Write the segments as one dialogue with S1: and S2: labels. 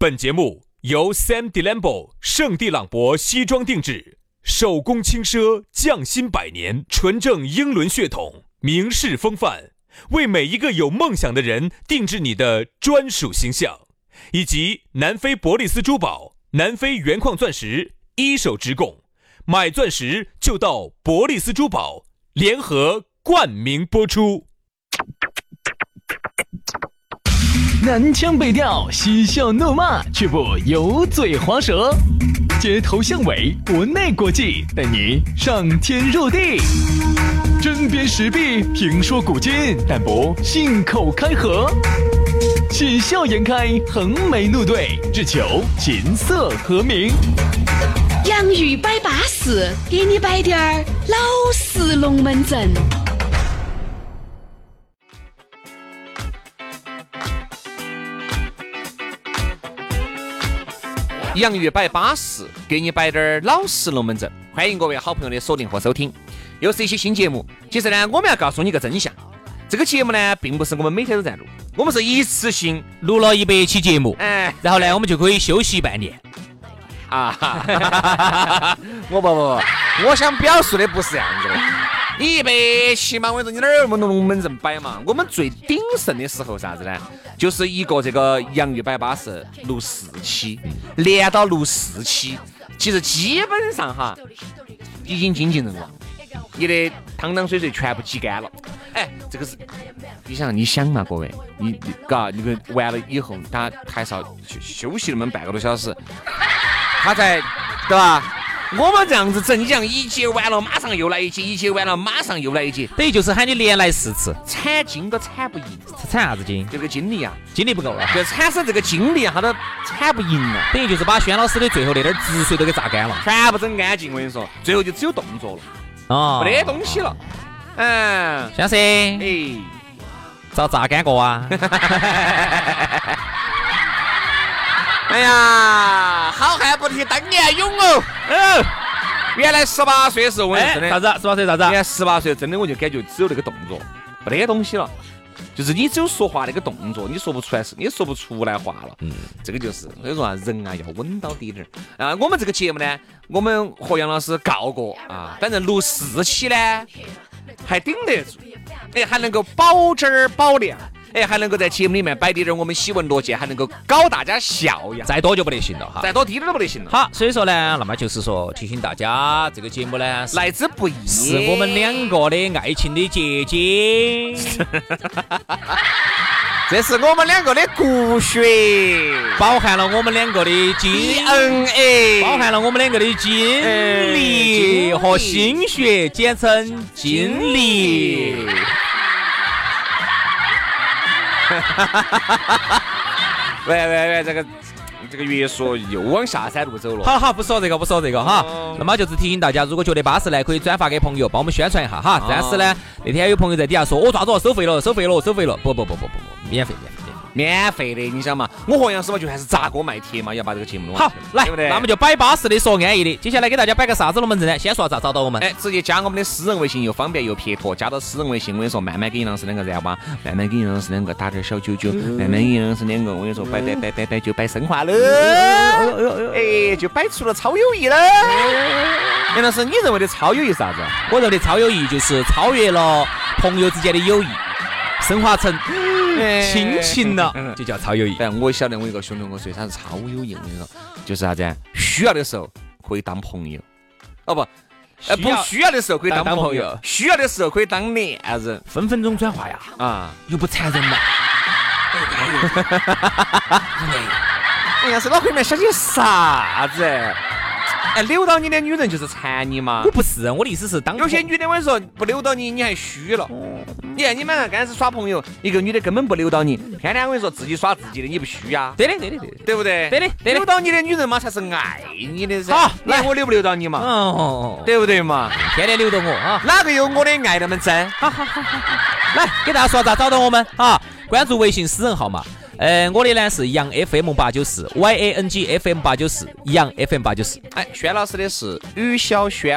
S1: 本节目由 Sam Delambo 圣地朗博西装定制，手工轻奢，匠心百年，纯正英伦血统，名士风范，为每一个有梦想的人定制你的专属形象，以及南非伯利斯珠宝、南非原矿钻石一手直供，买钻石就到伯利斯珠宝，联合冠名播出。
S2: 南腔北调，嬉笑怒骂，却不油嘴滑舌，街头巷尾，国内国际，带你上天入地，针砭时弊，评说古今，但不信口开河，喜笑颜开，横眉怒对，只求琴瑟和鸣。
S3: 洋芋摆巴士，给你摆点儿老式龙门阵。
S4: 洋芋摆巴适，给你摆点老实龙门阵。欢迎各位好朋友的锁定和收听，又是一期新节目。其实呢，我们要告诉你一个真相，这个节目呢，并不是我们每天都在录，我们是一次性
S5: 录了100期节目，然后呢，我们就可以休息半年。
S4: 我想表述的不是这样子的。100期嘛，我说你哪有那么龙门阵摆嘛？我们最鼎盛的时候啥子呢？就是一个这个洋芋摆巴士录4期，连到录4期，其实基本上哈已经精尽人亡，你的汤汤水水全部挤干了。哎，这个是你想嘛，各位，你完了以后，他还是要休息那么半个多小时，他才对吧？我们这样子整，你讲一节完了马上又来一节，一节完了马上又来一节，
S5: 等于就是喊你连来4次，
S4: 产精都产不赢。
S5: 产啥子精？
S4: 这个精力啊，
S5: 精力不够了，
S4: 就产生这个精力啊，他都产不赢了。
S5: 等于就是把轩老师的最后那点汁水都给榨干了，
S4: 全部整干净。我跟你说，最后就只有动作了，没得东西了。
S5: 先生，遭榨干过啊？
S4: 哎呀，好汉不提当年勇哦！原来18岁的时候，我真的
S5: 啥子？18岁啥子？
S4: 原来18岁真的我就感觉只有那个动作，没得东西了。就是你只有说话那个动作，你说不出来你说不出来话了。这个就是所以说啊，人啊要稳到底点啊。我们这个节目呢，我们和杨老师告过啊，反正录4期呢还顶得住，还能够保质保量。还能够在节目里面摆点我们喜闻乐见，还能够搞大家笑呀，
S5: 再多就不得行了哈，
S4: 再多滴点都不得行了。
S5: 好，所以说呢，那么就是说提醒大家，这个节目呢
S4: 来之不易，
S5: 是我们两个的爱情的结晶，
S4: 这是我们两个的骨血，
S5: 包含了我们两个的
S4: DNA，
S5: 包含了我们两个的精力和心血，简称精力。
S4: 喂，这个越说又往下山路走了。
S5: 好，不说这个哈。那么就是提醒大家，如果觉得巴适呢，可以转发给朋友，帮我们宣传一下哈。但是呢，那天有朋友在底下说，抓住收费了。不，免费的，你想嘛，我和杨师傅就还是砸锅卖铁嘛，要把这个节目弄好来，对不对？那么就摆巴适的，说安逸的。接下来给大家摆个啥子龙门阵呢？先说咋找到我们？
S4: 直接加我们的私人微信，又方便又撇脱。加到私人微信，我跟你说，慢慢给杨老师两个燃哇，慢慢给杨老师两个打点小九九，慢慢给杨老师两个，我跟你说，摆就摆升华了，就摆出了超友谊了。杨老师，你认为的超友谊是啥子？
S5: 我认为的超友谊就是超越了朋友之间的友谊，升华成亲情了，就叫超友谊。
S4: 我晓得我一个兄弟，我说他是超友谊，我跟你说，就是啥子？需要的时候可以当朋友，不需要的时候可以当朋友，需要的时候可以当恋人，
S5: 分分钟转化呀，又不残忍嘛。
S4: 哎呀，这脑壳里面想些啥子？留到你的女人就是馋你吗？
S5: 我不是，我的意思是当
S4: 有些女的我跟你说不留到你，你还虚了。你看你们刚开始耍朋友，一个女的根本不留到你，天天我跟你说自己耍自己的，你不虚呀？
S5: 对
S4: 不对？
S5: 对的。
S4: 留到你的女人嘛才是爱你的噻。好，来我留不留到你嘛？对不对嘛？
S5: 天天留到我啊！
S4: 哪个有我的爱那么真？
S5: 好，来给大家说咋找到我们啊？关注微信私人号码。我的呢是杨 FM894 YANG FM894 杨 FM894。
S4: 轩老师的是于小轩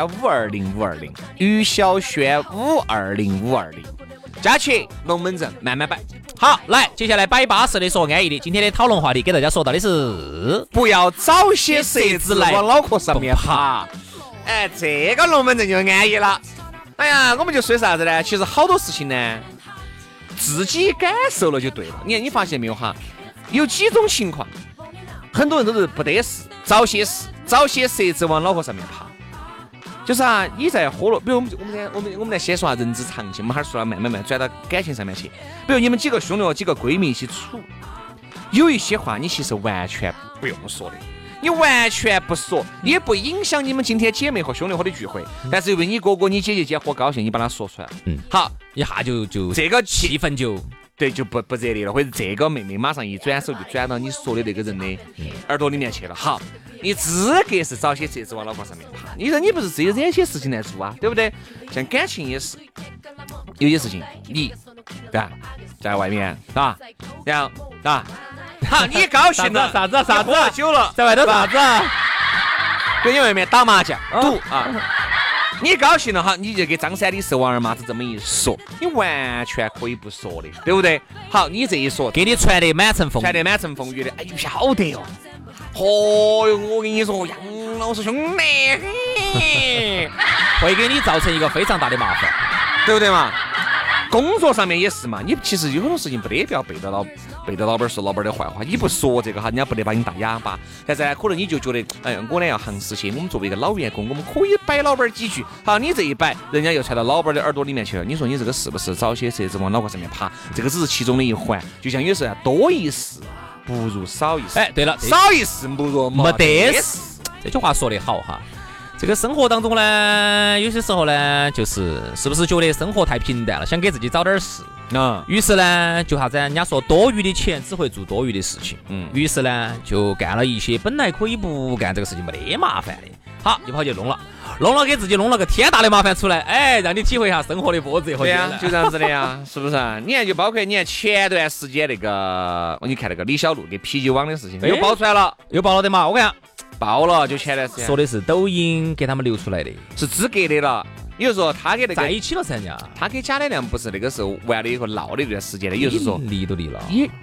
S4: 520520于小轩520520，加起龙门阵慢慢摆。
S5: 好，来，接下来摆巴适的说安逸的，今天的讨论话题给大家说到的是
S4: 不要找些蛇子来往脑壳上面爬。哎，这个龙门阵就安逸了。哎呀，我们就说啥子呢？其实好多事情呢，自己感受了就对了。你发现没有哈？有几种情况，很多人都是不得事，找些蛇子往脑壳上面爬。就是啊，你在喝了，比如我们来先说下人之常情，我们还是说慢慢转到感情上面去。比如你们几个兄弟几个闺蜜一起处，有一些话你其实完全不用说的，你完全不说，也不影响你们今天姐妹和兄弟伙的聚会。但是因为你哥哥、你姐姐姐喝高兴，你把它说出来了，好，
S5: 一下就
S4: 这个
S5: 气氛就
S4: 不热烈了，或者这个妹妹马上一转手就转到你说的那个人的耳朵里面去了。好，你资格是找些蛇子往脑壳上面爬。你说你不是自己惹些事情来做啊，对不对？像感情也是，有些事情你对吧，在外面啊，然后啊，好，你高兴了，
S5: 啥子
S4: 喝了酒了，
S5: 在外头啥子？
S4: 跟你外面打麻将赌啊。你高兴了哈，你就给张三李四王二麻子这么一说，你完全可以不说的，对不对？好，你这一说，
S5: 给你传得满城风
S4: 雨的，哎呦晓得哟。哦哟，我跟你说，杨老师兄弟，
S5: 会给你造成一个非常大的麻烦，
S4: 对不对嘛？工作上面也是嘛，你其实有很多事情不得不要背着老板说老板的坏话，你不说这个哈，人家不得把你打哑巴。但是呢，可能你就觉得，哎，我呢要行实些，我们作为一个老员工，我们可以摆老板几句。好，你这一摆，人家又传到老板的耳朵里面去了。你说你这个是不是找些蛇子往脑壳上面爬？这个只是其中的一环。就像有时候多一事不如少一事。
S5: 哎，对了，
S4: 少一事不如没得事。
S5: 这句话说得好哈。这个生活当中呢，有些时候呢，是不是觉得生活太平淡了，想给自己找点事啊？于是呢，就啥子？人家说多余的钱只会做多余的事情。于是呢，就干了一些本来可以不干这个事情没得麻烦的，好，就跑去弄了，给自己弄了个天大的麻烦出来，哎，让你体会一下生活的波折和艰难。
S4: 对呀，就这样子的呀，是不是？你看，就包括你看前段时间那个，你看那个李小璐给啤酒网的事情，又爆出来了，
S5: 又爆了的嘛？我看。
S4: 爆了，就前段时间
S5: 说的是抖音给他们流出来的，
S4: 是资格的了。也就是说，他给那个
S5: 在一起了噻，人家
S4: 他给贾乃亮不是那个时候玩了以后闹的一段时间的，也就是说
S5: 离都离了。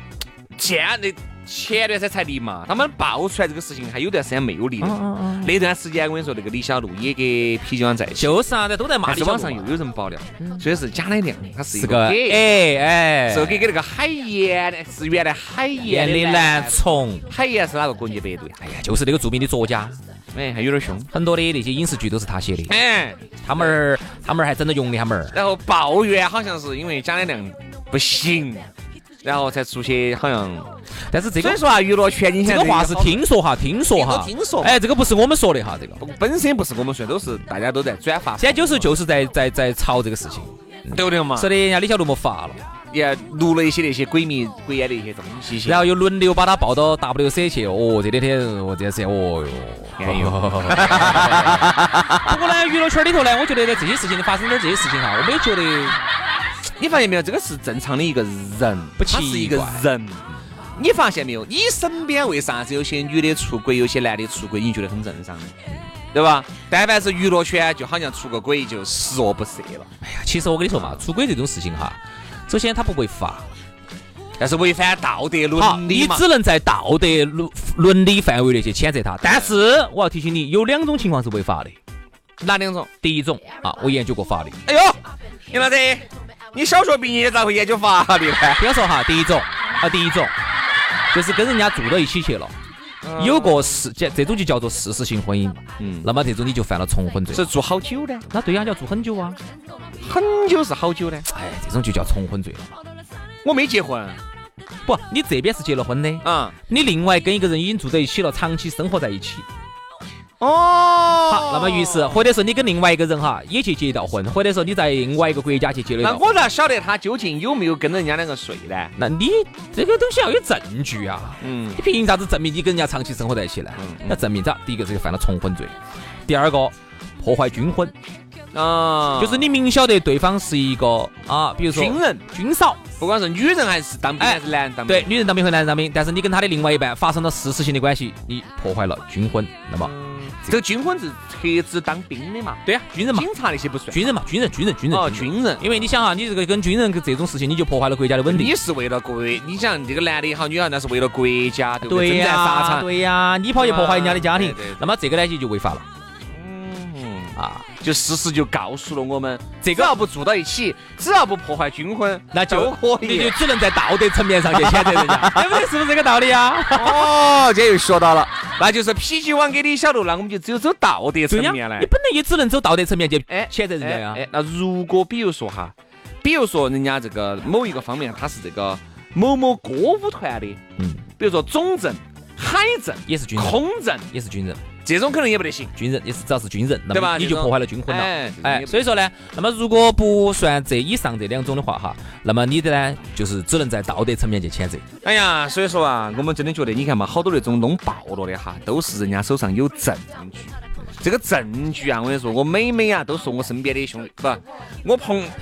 S4: 前段才离嘛，他们爆出来这个事情还有段时间没有离的。那段时间我跟你说，那个李小璐也跟啤酒网在一起，
S5: 就是啊，都在骂李小璐。
S4: 网上又有人爆料，所以是贾乃亮他是一
S5: 个
S4: 是给那个海盐的，是原来海盐
S5: 的男宠。
S4: 海盐是哪个国际百队？
S5: 哎呀，就是那个著名的作家。
S4: 还有点凶，
S5: 很多的那些影视剧都是他写的。他们还真的用的他们。
S4: 然后抱怨好像是因为贾乃亮不行，然后才出去好像。
S5: 但是这个
S4: 所以说啊，娱乐圈你
S5: 这个话是听说哈。哎，这个不是我们说的哈，这个
S4: 本身不是我们说的，都是大家都在转发。
S5: 现在就是在吵这个事情，
S4: 对不对嘛？
S5: 是的，人家李小璐没发了。
S4: 也录了一些那些鬼迷鬼眼的一些东西，
S5: 然后又轮流把他报到 WC 去。哦，这两天我真是哦哟，
S4: 哎呦。
S5: 不过呢，娱乐圈里头呢，我觉得这些事情发生点这些事情哈，我没觉得。
S4: 你发现没有？这个是正常的一个人，他是一个人。你发现没有？你身边为啥子有些女的出轨，有些男的出轨，你觉得很正常的？对吧？但凡是娱乐圈，就好像出个轨就十恶不赦了。
S5: 哎呀，其实我跟你说嘛，出轨这种事情哈，首先他不违法，
S4: 但是违反道德伦理嘛，
S5: 你只能在道德伦理范围内去谴责他。但是我要提醒你，有两种情况是违法的。
S4: 哪两种？
S5: 第一种啊，我研究过法律。
S4: 哎呦，你老子，你小学毕业咋会研究法律呢？
S5: 听我说哈，第一种就是跟人家住到一起去了。有个这种就叫做事实性婚姻，那么这种你就犯了重婚罪。
S4: 是住好久的？
S5: 那对呀，叫住很久啊。
S4: 很久是好久的？
S5: 哎，这种就叫重婚罪了。
S4: 我没结婚，
S5: 不，你这边是结了婚的，你另外跟一个人已经住在一起了，长期生活在一起。好，那么于是或者说你跟另外一个人哈也去结一道婚，或者说你在另外一个国家去结了一道婚。
S4: 那我咋晓得他究竟有没有跟人家两个睡呢？
S5: 那你这个东西要有证据啊。你凭啥子证明你跟人家长期生活在一起呢？要证明啥？第一个是犯了重婚罪，第二个破坏军婚。就是你明晓得对方是一个比如说
S4: 军人、
S5: 军嫂，
S4: 不管是女人还是当兵还是男人当兵，
S5: 对，女人当兵和男人当兵，但是你跟他的另外一半发生了事实性的关系，你破坏了军婚，那么
S4: 这个军婚是特指当兵的嘛？
S5: 对啊，军人嘛，
S4: 警察那些不算。
S5: 军人嘛，军人。
S4: 哦，军人，
S5: 因为你想啊，你这个跟军人这种事情，你就破坏了国家的稳定。
S4: 你是为了国，你想这个男的也好，女的那是为了国家，对不对？
S5: 对呀，
S4: 征战沙场，
S5: 对呀，你跑去破坏人家的家庭，
S4: 对
S5: 那么这个呢就违法了。
S4: 就事实就告诉了我们，
S5: 这个
S4: 只要不住到一起，只要不破坏军婚，
S5: 那就
S4: 可以。
S5: 你就只能在道德层面上去谴责人家，对不对？是不是这个道理啊？
S4: 哦，这又学到了，那就是脾气往给你晓得，那我们就只有走道德层面来。
S5: 你本来也只能走道德层面去谴责人家呀。
S4: 那如果比如说人家这个某一个方面他是这个某某歌舞团的，比如说总政、海政
S5: 也是军人，
S4: 空政
S5: 也是军人。
S4: 这种可能也不得行，
S5: 军人也是只要是军人，那么你就破坏了军婚了。所以说呢，那么如果不算这以上这2种的话哈，那么你的呢就是只能在道德层面去谴责。
S4: 哎呀，所以说啊，我们真的觉得你看嘛，好多那种弄爆了的哈，都是人家手上有证据。这个证据啊，我跟你说，我每啊都说我身边的兄弟，我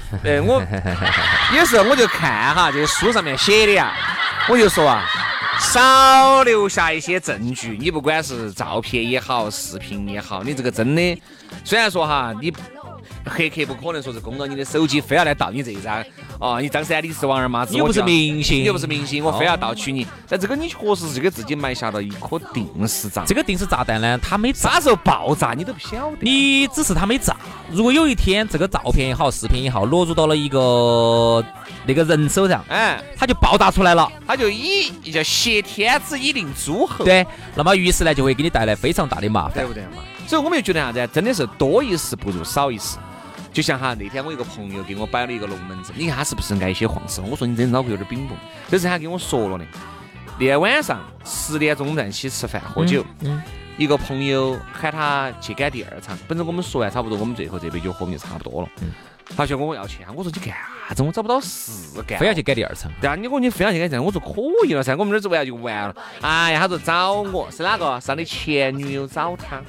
S4: 有时候我就看哈，这个书上面写的呀，我就说啊。少留下一些证据，你不管是照片也好，视频也好，你这个真的，虽然说哈，你黑客不可能说是攻到你的手机，非要来盗你这一张你张三李四王二麻子，
S5: 又不是明星，
S4: 我非要盗取你，但这个你确实是给自己埋下了一颗定时炸弹。
S5: 这个定时炸弹呢，它没炸，
S4: 啥时候爆炸你都不晓得，
S5: 你只是它没炸。如果有一天这个照片也好，视频也好，落入到了一个那个人手上，它就爆炸出来了，
S4: 它就叫挟天子以令诸侯。
S5: 对，那么于是呢就会给你带来非常大的麻烦，
S4: 对不对嘛？所以我们就觉得啥子，真的是多一事不如少一事。就像哈那天我一个朋友给我摆了一个龙门阵，你看他是不是挨些晃事？我说你真脑壳有点冰冻，这是他给我说了的。那天晚上10点钟在一起吃饭喝酒，一个朋友喊他去赶第2场，本身我们说完差不多，我们最后这杯酒喝就差不多了。他就跟我要钱，我说你干啥子？我找不到事干，
S5: 非要去赶第2场。
S4: 对啊，你非要去赶第2场，我说可以了噻，我们这儿子玩就完了。哎呀，他说找我是哪个？是他的前女友找他。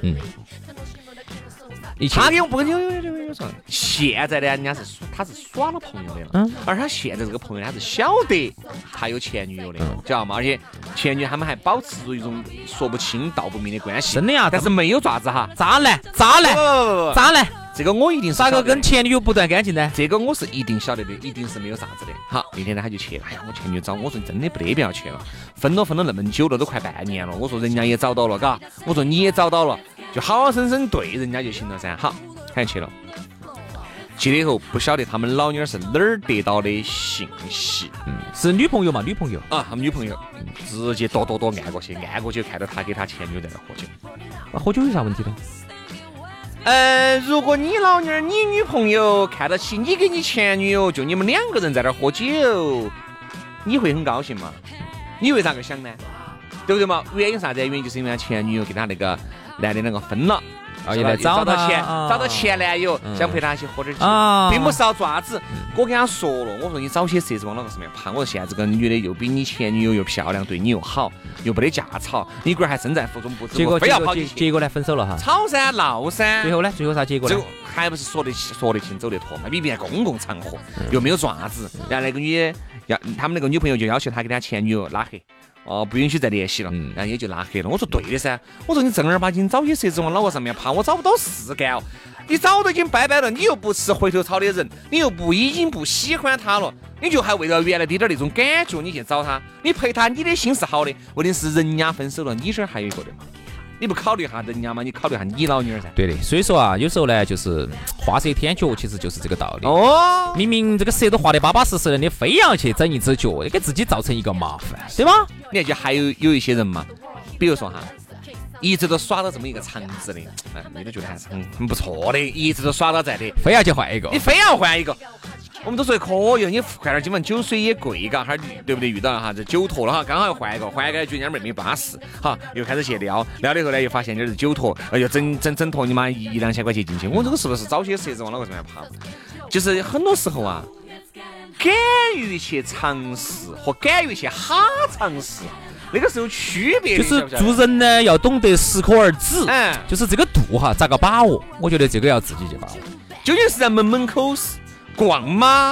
S4: 他给我不跟有说，现在呢，人家他是耍了朋友的了，而他现在这个朋友他是晓得他有前女友的，知道吗？而且前女他们还保持着一种说不清道不明的关系，
S5: 真的呀，
S4: 但是没有爪子哈，
S5: 渣男，
S4: 这个我一定是
S5: 咋个跟前女友不断干净呢？
S4: 这个我是一定晓得的，一定是没有啥子的。好，那天呢他就去了，哎呀，我前女友找我说你真的没得必要去了，分了那么久了，都快半年了，我说人家也找到了，嘎，我说你也找到了。就好好生生对人家就行了噻。好，还去了，去了以后不晓得他们老妞是哪儿得到的信息，
S5: 是女朋友嘛？女朋友
S4: 啊，他们女朋友直接哆按过去看到他给他前女友在那喝酒。
S5: 喝酒有啥问题呢？
S4: 如果你老妞你女朋友看得起你跟你前女友，就你们2个人在那儿喝酒，你会很高兴吗？你为啥个想呢？对不对嘛？原因啥子？原因就是因为他前女友跟他那个男的那个分了，
S5: 也来找
S4: 到前男友，想陪他一起喝点酒，并不是要爪子。我跟他说了，我说你早些设置往那个上面爬。我说现在这个女的又比你前女友又漂亮，对你又好，又没得架吵，你龟儿还身在福中不知，
S5: 结果
S4: 非要跑进去。
S5: 结果呢，分手了哈。
S4: 吵噻，闹噻。
S5: 最后啥结果呢？
S4: 还不是说得清走得脱嘛？毕竟公共场合又没有爪子，然后那个他们那个女朋友就要求他给他前女友拉黑。不允许再联系了，然后也就拉黑了。我说对的噻，我说你正儿八经早些设置往脑壳上面爬，我找不到事干哦。你早都已经拜拜了，你又不吃回头草的人，你又已经不喜欢他了，你就还为了原来的点那种感觉你去找他，你陪他，你的心是好的，问题是人家分手了，你这儿还有一个的嘛？你不考虑下人家吗？你考虑下你老女儿噻。
S5: 对的，所以说啊，有时候呢，就是画蛇添脚，其实就是这个道理。明明这个蛇都画得巴巴适适的，你非要去整一只脚，给自己造成一个麻烦，对吗？
S4: 你看，就还有一些人嘛，比如说哈，一直都耍到这么一个长子的，你都觉得还是很不错的，一直都耍到在的，
S5: 非要去换一个，
S4: 你非要换一个。我们都说可以，你换点，今晚酒水也贵，嘎，哈，对不对？遇到哈这酒托了哈，刚好要换一个，觉得人家妹妹巴适，哈，又开始去撩了以后呢，又发现这是酒托，又整托你妈1-2千块钱进去，我这个是不是早些设置往那个上面爬？就是很多时候啊，敢于去尝试和敢于去哈尝试，那个是有区别的。
S5: 就是做人呢，要懂得适可而止，就是这个度哈，咋个把握？我觉得这个要自己去把握。
S4: 究竟是在门口逛吗？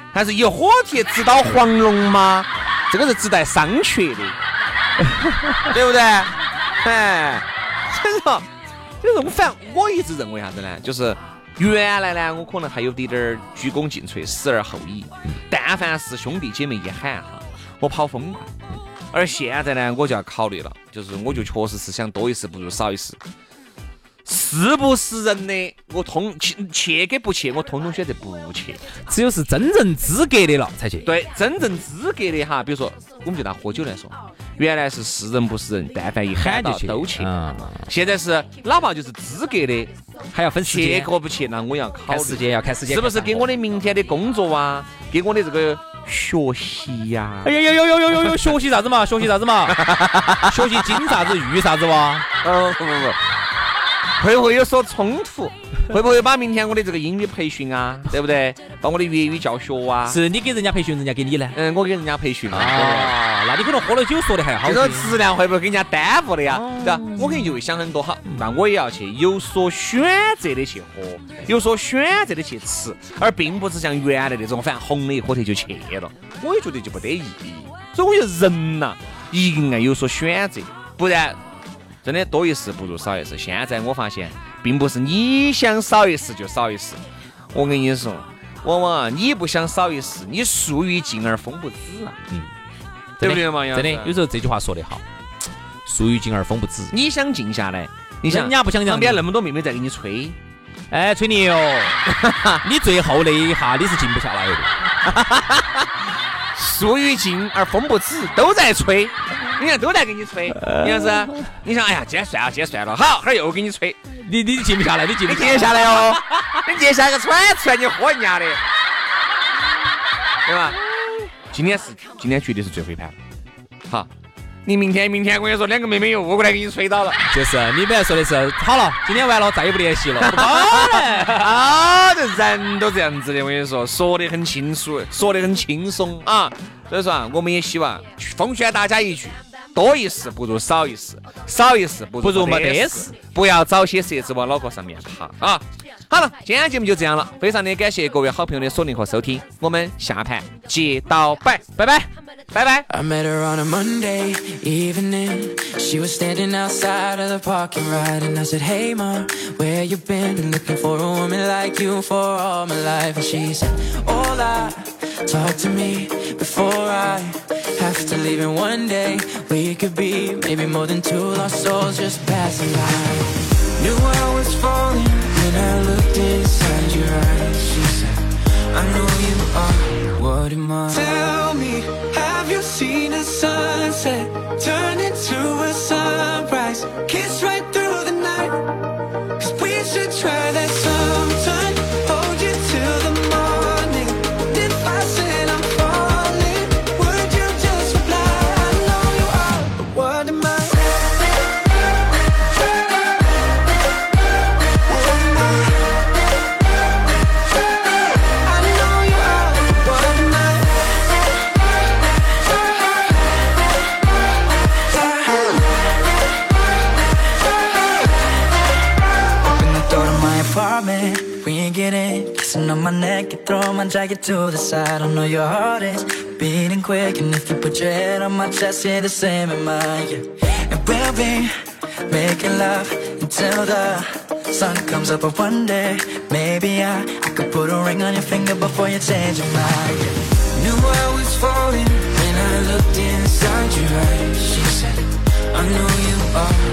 S4: 还是一火铁直捣黄龙吗？这个是自带商榷的，对不对？哎，所以说，我一直认为啥子呢？就是原来呢，我可能还有点鞠躬尽瘁，死而后已。但凡是兄弟姐妹一喊哈，我跑疯快。而现在呢，我就要考虑了，就是我就确实是想多一事不如少一事。是不是人的，我切给不切，我通通选择不切。
S5: 只有是真正资格的了才去。
S4: 对，真正资格的哈，比如说我们就拿喝酒来说，原来是人不是人，但凡一喊到都去。现在是哪怕就是资格的，
S5: 还要分时间，
S4: 切和不切，那我要考虑
S5: 时间，要看时间，
S4: 是不是给我的明天的工作啊，给我的这个学习呀？
S5: 哎呀，有，学习啥子嘛？学习金啥子玉啥子哇？
S4: 不。会不会有所冲突？会不会把明天我的这个英语培训啊，对不对？把我的粤语教学啊，
S5: 是你给人家培训，人家给你呢？
S4: 我给人家培训
S5: 啊，那你可能喝了酒说的还好。
S4: 这个质量会不会给人家耽误的呀？对吧？我肯定就会想很多，好，那我也要去有所选择的去喝，有所选择的去吃，而并不是像原来那种反正红了一喝就去了。我也觉得就不得意义。所以我觉得人呐，一定要有所选择，不然。真的多一事不如少一事。现在我发现，并不是你想少一事就少一事。我跟你说，往往你不想少一事，你树欲静而风不止啊。对不对嘛？
S5: 真的，有时候这句话说得好，树欲静而风不止。
S4: 你想静下来，你想
S5: 人家不想
S4: 旁边那么多妹妹在给你吹，
S5: 哎，吹牛，你最后那一下你是静不下来的。
S4: 树欲静而风不止，都在吹。你看都在给你吹，你看是？你想，哎呀，今天算了，好，哈又给你吹，
S5: 你静不下来，你静
S4: 下来哦，你接下个喘出来，你喝人家的，对吧？今天绝对是最后一盘，好，你明天我跟你说，两个妹妹又过来给你吹倒了，
S5: 就是你本来说的是好了，今天完了再也不联系了，不可能
S4: 啊，这人都这样子的，我跟你说得很清楚，说得很轻松啊，所以说啊，我们也希望奉劝大家一句。多一事不如少一事，少一事不如没得事，不要找些蛇子往脑壳上面爬啊！好了，今天节目就这样了，非常的感谢各位好朋友的锁定和收听，我们下盘接到拜，拜拜。I met her on a Monday evening. She was standing outside of the parking lot, and I said, Hey mom, where you been? Been looking for a woman like you for all my life. And she said, Hola, talk to me before I have to leave. And one day we could be maybe more than two lost souls just passing by. Knew I was falling when I looked inside your eyes. She said, I know you are. What am I? Tell me, have you seen a sunset turn into a sunrise? Kiss right through the night. 'Cause we should try that sometime. Hold you till the morning. If I said I'm falling, would you just reply? I know you are, but what am I? We ain't getting kissing on my neck, you throw my jacket to the side. I know your heart is beating quick, and if you put your head on my chest, you're the same in mine. Yeah. And we'll be making love until the sun comes up. But one day, maybe I could put a ring on your finger before you change your mind. Yeah. Knew I was falling when I looked inside your eyes. She said, I know you are.